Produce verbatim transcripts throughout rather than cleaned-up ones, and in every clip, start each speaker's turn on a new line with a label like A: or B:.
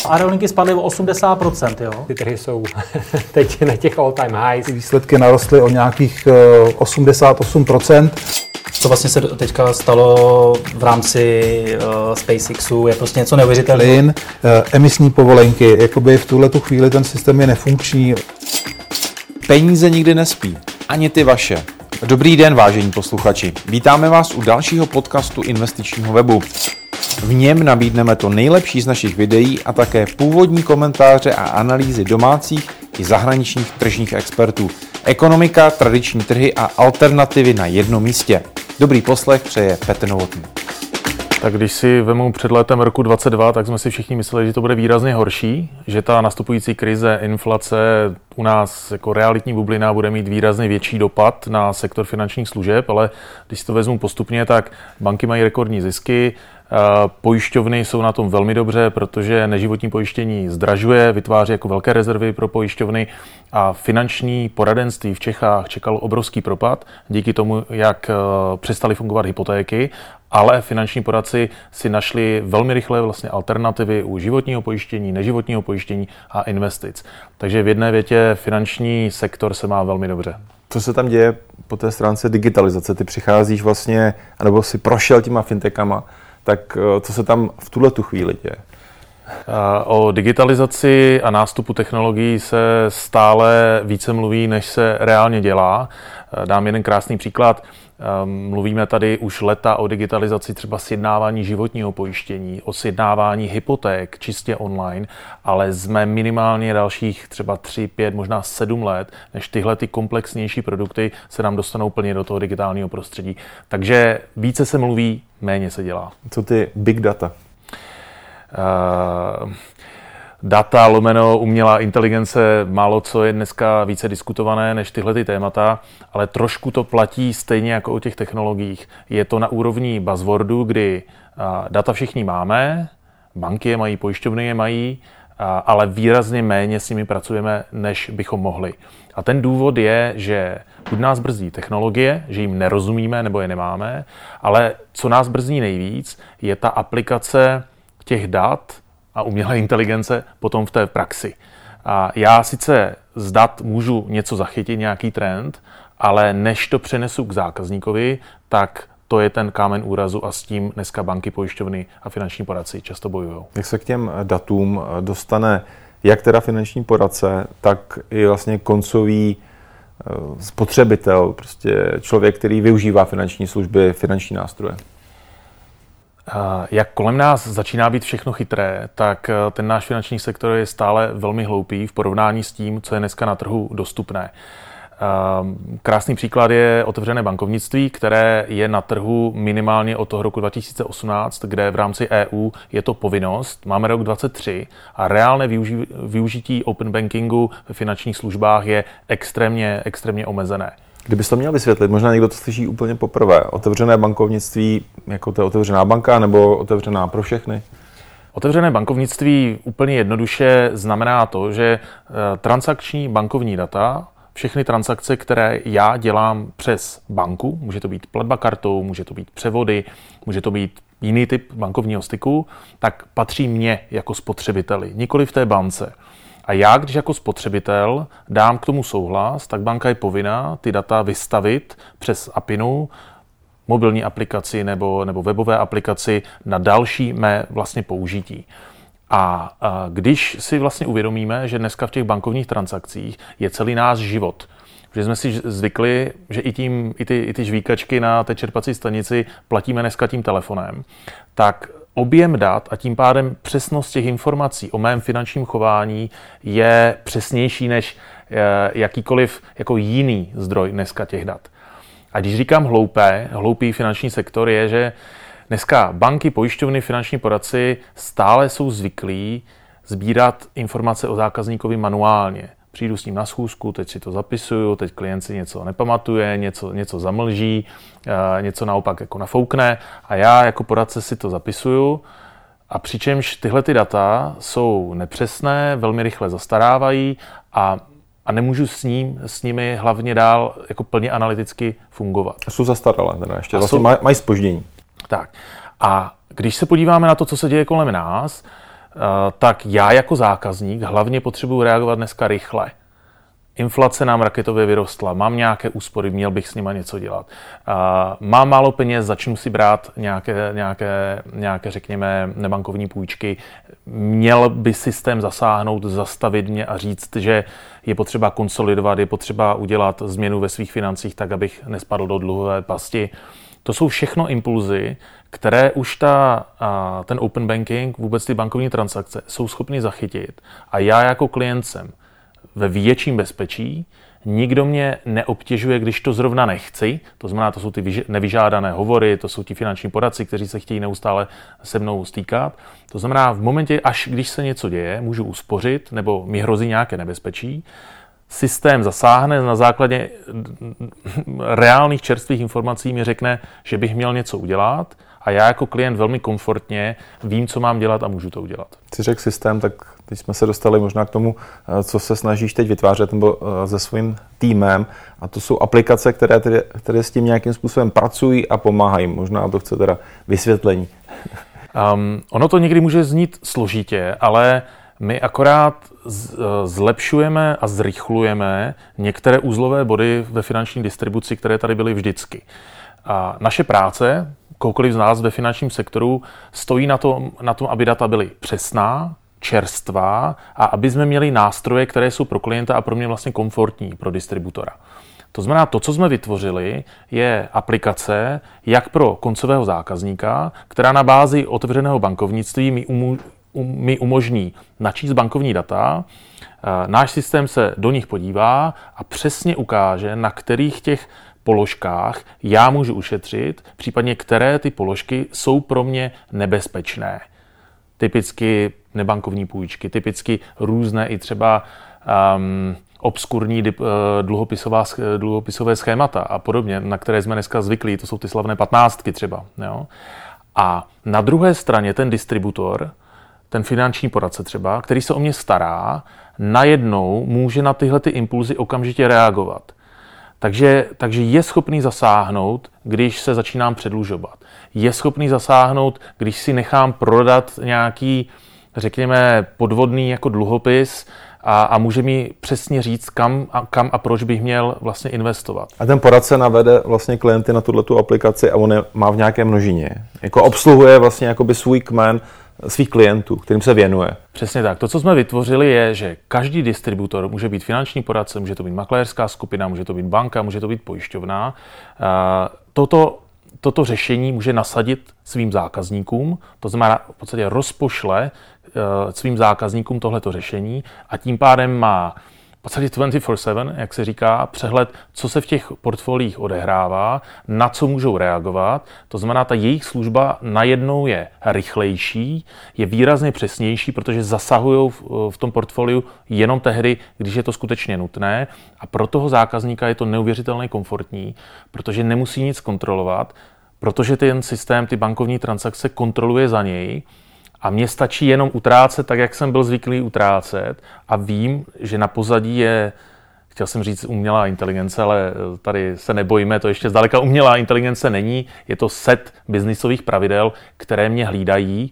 A: Aerolinky spadly o osmdesát procent, jo?
B: Ty trhy jsou teď na těch all time highs.
C: Výsledky narostly o nějakých osmdesát osm procent.
A: Co vlastně se teďka stalo v rámci uh, SpaceXu, je prostě něco neuvěřitelného.
C: Plyn, uh, emisní povolenky, jakoby v tuhletu chvíli ten systém je nefunkční.
D: Peníze nikdy nespí, ani ty vaše. Dobrý den, vážení posluchači. Vítáme vás u dalšího podcastu investičního webu. V něm nabídneme to nejlepší z našich videí a také původní komentáře a analýzy domácích i zahraničních tržních expertů. Ekonomika, tradiční trhy a alternativy na jednom místě. Dobrý poslech přeje Petr Novotný.
E: Tak když si vemu před letem roku dvacet dva, tak jsme si všichni mysleli, že to bude výrazně horší, že ta nastupující krize, inflace u nás jako realitní bublina bude mít výrazně větší dopad na sektor finančních služeb, ale když si to vezmu postupně, tak banky mají rekordní zisky, pojišťovny jsou na tom velmi dobře, protože neživotní pojištění zdražuje, vytváří jako velké rezervy pro pojišťovny a finanční poradenství v Čechách čekalo obrovský propad díky tomu, jak přestaly fungovat hypotéky, ale finanční poradci si našli velmi rychle vlastně alternativy u životního pojištění, neživotního pojištění a investic. Takže v jedné větě finanční sektor se má velmi dobře.
D: Co se tam děje po té stránce digitalizace? Ty přicházíš vlastně, anebo si prošel těma fintechama, tak co se tam v tuhle tu chvíli děje?
E: O digitalizaci a nástupu technologií se stále více mluví, než se reálně dělá. Dám jeden krásný příklad. Mluvíme tady už leta o digitalizaci třeba sjednávání životního pojištění, o sjednávání hypoték čistě online, ale jsme minimálně dalších třeba tři, pět, možná sedm let, než tyhle ty komplexnější produkty se nám dostanou plně do toho digitálního prostředí. Takže více se mluví, méně se dělá.
D: Co ty big data?
E: Uh, data, lomeno, umělá inteligence, málo co je dneska více diskutované než tyhle ty témata, ale trošku to platí stejně jako o těch technologiích. Je to na úrovni buzzwordu, kdy uh, data všichni máme, banky je mají, pojišťovny je mají, uh, ale výrazně méně s nimi pracujeme, než bychom mohli. A ten důvod je, že buď nás brzdí technologie, že jim nerozumíme nebo je nemáme, ale co nás brzdí nejvíc, je ta aplikace těch dat a umělé inteligence potom v té praxi. A já sice z dat můžu něco zachytit, nějaký trend, ale než to přenesu k zákazníkovi, tak to je ten kámen úrazu a s tím dneska banky, pojišťovny a finanční poradci často bojují.
D: Jak se k těm datům dostane jak teda finanční poradce, tak i vlastně koncový spotřebitel, prostě člověk, který využívá finanční služby, finanční nástroje?
E: Jak kolem nás začíná být všechno chytré, tak ten náš finanční sektor je stále velmi hloupý v porovnání s tím, co je dneska na trhu dostupné. Krásný příklad je otevřené bankovnictví, které je na trhu minimálně od toho roku dva tisíce osmnáct, kde v rámci E U je to povinnost. Máme rok dvacet tři a reálné využi- využití open bankingu ve finančních službách je extrémně, extrémně omezené.
D: Kdybys to měl vysvětlit, možná někdo to slyší úplně poprvé. Otevřené bankovnictví, jako to je otevřená banka, nebo otevřená pro všechny?
E: Otevřené bankovnictví úplně jednoduše znamená to, že transakční bankovní data, všechny transakce, které já dělám přes banku, může to být platba kartou, může to být převody, může to být jiný typ bankovního styku, tak patří mně jako spotřebiteli, nikoli v té bance. A já, když jako spotřebitel dám k tomu souhlas, tak banka je povinná ty data vystavit přes apinu, mobilní aplikaci nebo, nebo webové aplikaci na další mé vlastně použití. A, a když si vlastně uvědomíme, že dneska v těch bankovních transakcích je celý náš život, že jsme si zvykli, že i, tím, i, ty, i ty žvíkačky na té čerpací stanici platíme dneska tím telefonem, tak objem dat a tím pádem přesnost těch informací o mém finančním chování je přesnější než jakýkoliv jako jiný zdroj dneska těch dat. A když říkám hloupé, hloupý finanční sektor je, že dneska banky, pojišťovny, finanční poradci stále jsou zvyklí sbírat informace o zákazníkovi manuálně. Přijdu s ním na schůzku, teď si to zapisuju, teď klient si něco nepamatuje, něco, něco zamlží, něco naopak jako nafoukne a já jako poradce si to zapisuju a přičemž tyhle ty data jsou nepřesné, velmi rychle zastarávají a, a nemůžu s, ním, s nimi hlavně dál jako plně analyticky fungovat.
D: Jsou zastaralé, teda ještě vlastně
E: jsou...
D: maj, mají zpoždění.
E: Tak a když se podíváme na to, co se děje kolem nás, tak já jako zákazník hlavně potřebuji reagovat dneska rychle. Inflace nám raketově vyrostla, mám nějaké úspory, měl bych s nima něco dělat. Mám málo peněz, začnu si brát nějaké, nějaké, nějaké, řekněme, nebankovní půjčky. Měl by systém zasáhnout, zastavit mě a říct, že je potřeba konsolidovat, je potřeba udělat změnu ve svých financích tak, abych nespadl do dluhové pasti. To jsou všechno impulzy, které už ta, ten open banking, vůbec ty bankovní transakce jsou schopny zachytit. A já jako klient jsem ve větším bezpečí, nikdo mě neobtěžuje, když to zrovna nechci, to znamená, to jsou ty nevyžádané hovory, to jsou ti finanční poradci, kteří se chtějí neustále se mnou stýkat. To znamená, v momentě, až když se něco děje, můžu uspořit nebo mi hrozí nějaké nebezpečí, systém zasáhne na základě reálných čerstvých informací, mi řekne, že bych měl něco udělat a já jako klient velmi komfortně vím, co mám dělat a můžu to udělat.
D: Jsi řekl systém, tak teď jsme se dostali možná k tomu, co se snažíš teď vytvářet nebo se svým týmem, a to jsou aplikace, které, tedy, které s tím nějakým způsobem pracují a pomáhají. Možná to chce teda vysvětlení.
E: Um, ono to někdy může znít složitě, ale my akorát zlepšujeme a zrychlujeme některé uzlové body ve finanční distribuci, které tady byly vždycky. A naše práce, kohokoliv z nás ve finančním sektoru, stojí na tom, na tom, aby data byly přesná, čerstvá a aby jsme měli nástroje, které jsou pro klienta a pro mě vlastně komfortní pro distributora. To znamená, to, co jsme vytvořili, je aplikace jak pro koncového zákazníka, která na bázi otevřeného bankovnictví mi, umu, um, mi umožní načíst bankovní data, náš systém se do nich podívá a přesně ukáže, na kterých těch položkách já můžu ušetřit, případně které ty položky jsou pro mě nebezpečné. Typicky nebankovní půjčky, typicky různé i třeba um, obskurní dip, uh, dluhopisová, dluhopisové schémata a podobně, na které jsme dneska zvyklí, to jsou ty slavné patnáctky třeba. Jo? A na druhé straně ten distributor, ten finanční poradce třeba, který se o mě stará, najednou může na tyhle ty impulzy okamžitě reagovat. Takže, takže je schopný zasáhnout, když se začínám předlužovat. Je schopný zasáhnout, když si nechám prodat nějaký, řekněme, podvodný jako dluhopis a, a může mi přesně říct, kam a, kam a proč bych měl vlastně investovat.
D: A ten poradce navede vlastně klienty na tuto aplikaci a on je má v nějaké množině. Jako obsluhuje vlastně jakoby svůj kmen svých klientů, kterým se věnuje.
E: Přesně tak. To, co jsme vytvořili, je, že každý distributor může být finanční poradce, může to být makléřská skupina, může to být banka, může to být pojišťovna. Toto, toto řešení může nasadit svým zákazníkům, to znamená v podstatě rozpošle svým zákazníkům tohleto řešení a tím pádem má v podstatě dvacet čtyři sedm, jak se říká, přehled, co se v těch portfoliích odehrává, na co můžou reagovat. To znamená, ta jejich služba najednou je rychlejší, je výrazně přesnější, protože zasahují v tom portfoliu jenom tehdy, když je to skutečně nutné. A pro toho zákazníka je to neuvěřitelně komfortní, protože nemusí nic kontrolovat, protože ten systém, ty bankovní transakce kontroluje za něj. A mně stačí jenom utrácet tak, jak jsem byl zvyklý utrácet a vím, že na pozadí je, chtěl jsem říct umělá inteligence, ale tady se nebojíme, to ještě zdaleka umělá inteligence není, je to set biznisových pravidel, které mě hlídají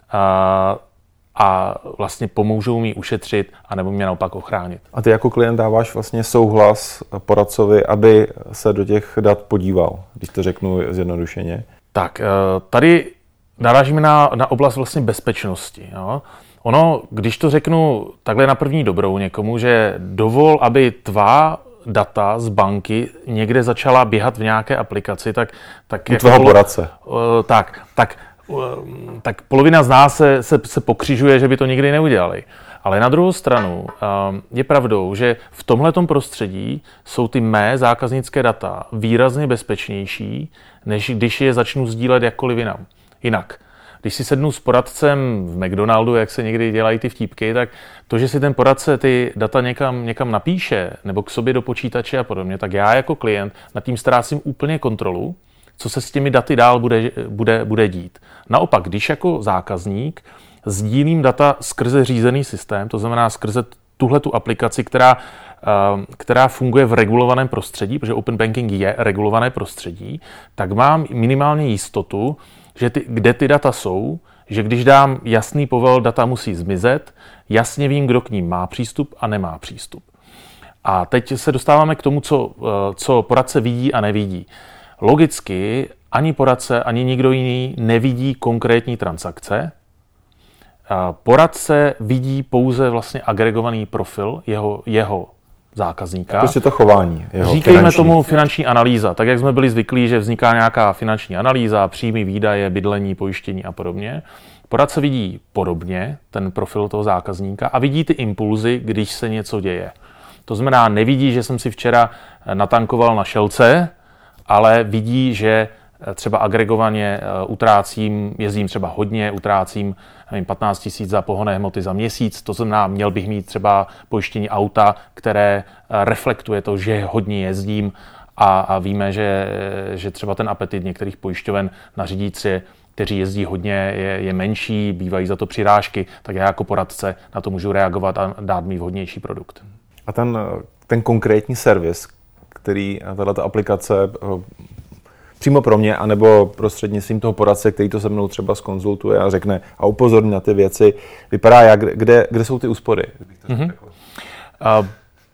E: a, a vlastně pomůžou mi ušetřit anebo mě naopak ochránit. A
D: ty jako klient dáváš vlastně souhlas poradcovi, aby se do těch dat podíval, když to řeknu zjednodušeně?
E: Tak, tady narážíme na, na oblast vlastně bezpečnosti. Jo. Ono, když to řeknu takhle na první dobrou někomu, že dovol, aby tvá data z banky někde začala běhat v nějaké aplikaci, tak... tak
D: U tvého poradce.
E: Uh, tak, tak, uh, tak polovina z nás se, se, se pokřižuje, že by to nikdy neudělali. Ale na druhou stranu uh, je pravdou, že v tomhletom prostředí jsou ty mé zákaznické data výrazně bezpečnější, než když je začnu sdílet jakkoliv jinam. Jinak, když si sednu s poradcem v McDonaldu, jak se někdy dělají ty vtípky, tak to, že si ten poradce ty data někam, někam napíše nebo k sobě do počítače a podobně, tak já jako klient nad tím ztrácím úplně kontrolu, co se s těmi daty dál bude, bude, bude dít. Naopak, když jako zákazník sdílím data skrze řízený systém, to znamená skrze tuhletu aplikaci, která, která funguje v regulovaném prostředí, protože Open Banking je regulované prostředí, tak mám minimálně jistotu, že ty, kde ty data jsou, že když dám jasný povel, data musí zmizet, jasně vím, kdo k ním má přístup a nemá přístup. A teď se dostáváme k tomu, co, co poradce vidí a nevidí. Logicky ani poradce, ani nikdo jiný nevidí konkrétní transakce. Poradce vidí pouze vlastně agregovaný profil jeho, jeho zákazníka.
D: Prostě to chování. Jeho
E: Říkejme
D: finanční.
E: tomu finanční analýza. Tak jak jsme byli zvyklí, že vzniká nějaká finanční analýza, příjmy, výdaje, bydlení, pojištění a podobně. Poradce vidí podobně ten profil toho zákazníka a vidí ty impulzy, když se něco děje. To znamená, nevidí, že jsem si včera natankoval na šelce, ale vidí, že třeba agregovaně utrácím, jezdím třeba hodně, utrácím nevím, patnáct tisíc za pohonné hmoty za měsíc, to znamená, měl bych mít třeba pojištění auta, které reflektuje to, že hodně jezdím a, a víme, že, že třeba ten apetit některých pojišťoven na řidiče, kteří jezdí hodně, je, je menší, bývají za to přirážky, tak já jako poradce na to můžu reagovat a dát mi vhodnější produkt.
D: A ten, ten konkrétní servis, který tato aplikace přímo pro mě, anebo prostřednictvím toho poradce, který to se mnou třeba zkonzultuje a řekne a upozorní na ty věci, vypadá jak, kde, kde jsou ty úspory?
E: Mm-hmm. Uh,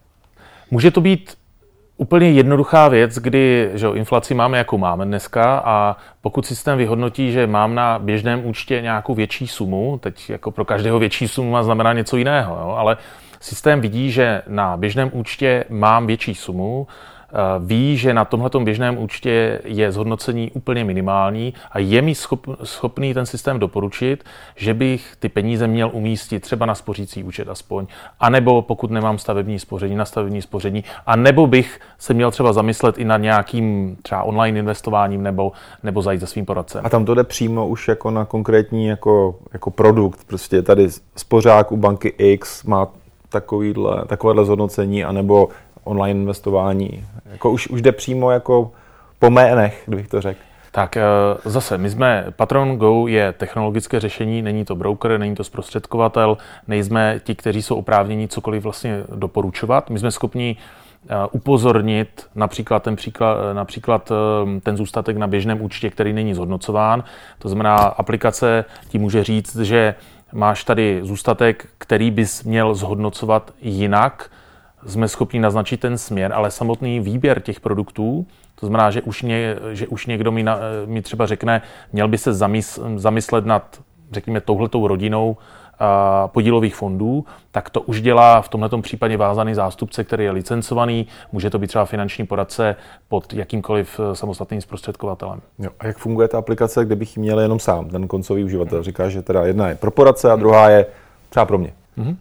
E: může to být úplně jednoduchá věc, kdy že jo, inflaci máme, jakou máme dneska a pokud systém vyhodnotí, že mám na běžném účtě nějakou větší sumu, teď jako pro každého větší sumu má znamená něco jiného, jo, ale systém vidí, že na běžném účtě mám větší sumu, ví, že na tomhletom běžném účtě je zhodnocení úplně minimální a je mi schop, schopný ten systém doporučit, že bych ty peníze měl umístit třeba na spořící účet aspoň, anebo pokud nemám stavební spoření, na stavební spoření, anebo bych se měl třeba zamyslet i nad nějakým třeba online investováním nebo, nebo zajít za svým poradcem.
D: A tam to jde přímo už jako na konkrétní jako, jako produkt, prostě tady spořák u banky X má takovýhle, takovéhle zhodnocení, anebo online investování. Jako už, už jde přímo jako po jménech, kdybych to řekl.
E: Tak zase, my jsme, Patron Go je technologické řešení, není to broker, není to zprostředkovatel, nejsme ti, kteří jsou oprávněni cokoliv vlastně doporučovat. My jsme schopni upozornit například ten, příklad, například ten zůstatek na běžném účtě, který není zhodnocován. To znamená, aplikace ti může říct, že máš tady zůstatek, který bys měl zhodnocovat jinak. Jsme schopni naznačit ten směr, ale samotný výběr těch produktů, to znamená, že už, ně, že už někdo mi, na, mi třeba řekne, měl by se zamys, zamyslet nad, řekněme, touhletou rodinou a, podílových fondů, tak to už dělá v tomhletom případě vázaný zástupce, který je licencovaný, může to být třeba finanční poradce pod jakýmkoliv samostatným zprostředkovatelem.
D: Jo, a jak funguje ta aplikace, kde bych ji měl jenom sám, ten koncový uživatel? Říká, že teda jedna je pro poradce a druhá je třeba pro mě. Mm-hmm.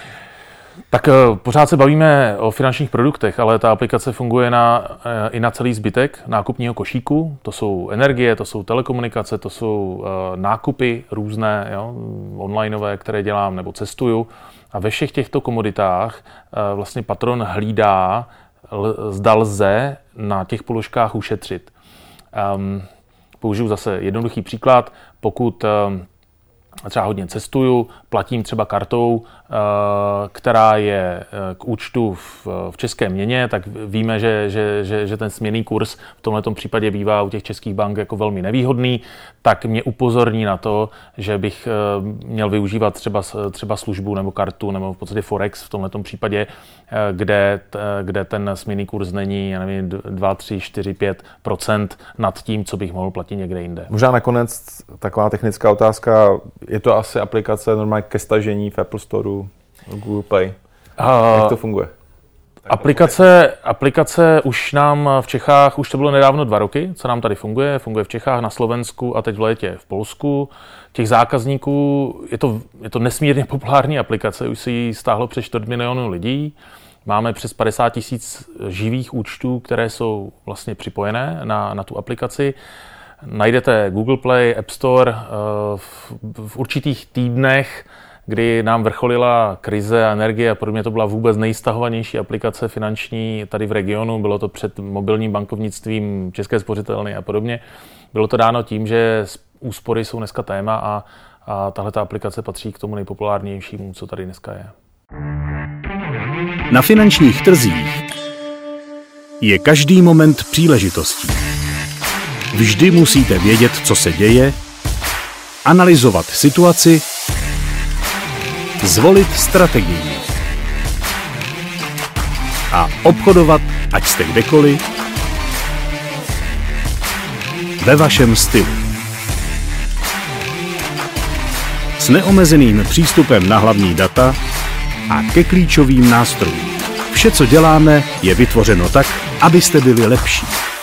E: Tak pořád se bavíme o finančních produktech, ale ta aplikace funguje na, i na celý zbytek nákupního košíku. To jsou energie, to jsou telekomunikace, to jsou nákupy různé, jo, onlineové, které dělám nebo cestuju. A ve všech těchto komoditách vlastně Patron hlídá, zda lze na těch položkách ušetřit. Um, použiju zase jednoduchý příklad. Pokud um, třeba hodně cestuju, platím třeba kartou, která je k účtu v, v české měně, tak víme, že, že, že, že ten směnný kurz v tomhletom případě bývá u těch českých bank jako velmi nevýhodný, tak mě upozorní na to, že bych měl využívat třeba, třeba službu nebo kartu nebo v podstatě Forex v tomhletom případě, kde, kde ten směnný kurz není, já nevím, dva, tři, čtyři, pět procent nad tím, co bych mohl platit někde jinde.
D: Možná nakonec taková technická otázka. Je to asi aplikace normálně ke stažení v Apple Store, Google Play. Uh, Jak to funguje?
E: Aplikace, aplikace už nám v Čechách, už to bylo nedávno dva roky, co nám tady funguje. Funguje v Čechách, na Slovensku a teď v létě v Polsku. Těch zákazníků, je to, je to nesmírně populární aplikace, už si ji stáhlo přes čtvrt milionu lidí. Máme přes padesát tisíc živých účtů, které jsou vlastně připojené na, na tu aplikaci. Najdete Google Play, App Store v, v určitých týdnech, kdy nám vrcholila krize a energie a podobně, to byla vůbec nejstahovanější aplikace finanční tady v regionu. Bylo to před mobilním bankovnictvím, České spořitelny a podobně. Bylo to dáno tím, že úspory jsou dneska téma a, a tahleta aplikace patří k tomu nejpopulárnějšímu, co tady dneska je.
F: Na finančních trzích je každý moment příležitostí. Vždy musíte vědět, co se děje, analyzovat situaci, zvolit strategii a obchodovat, ať jste kdekoliv, ve vašem stylu. S neomezeným přístupem na hlavní data a ke klíčovým nástrojům. Vše, co děláme, je vytvořeno tak, abyste byli lepší.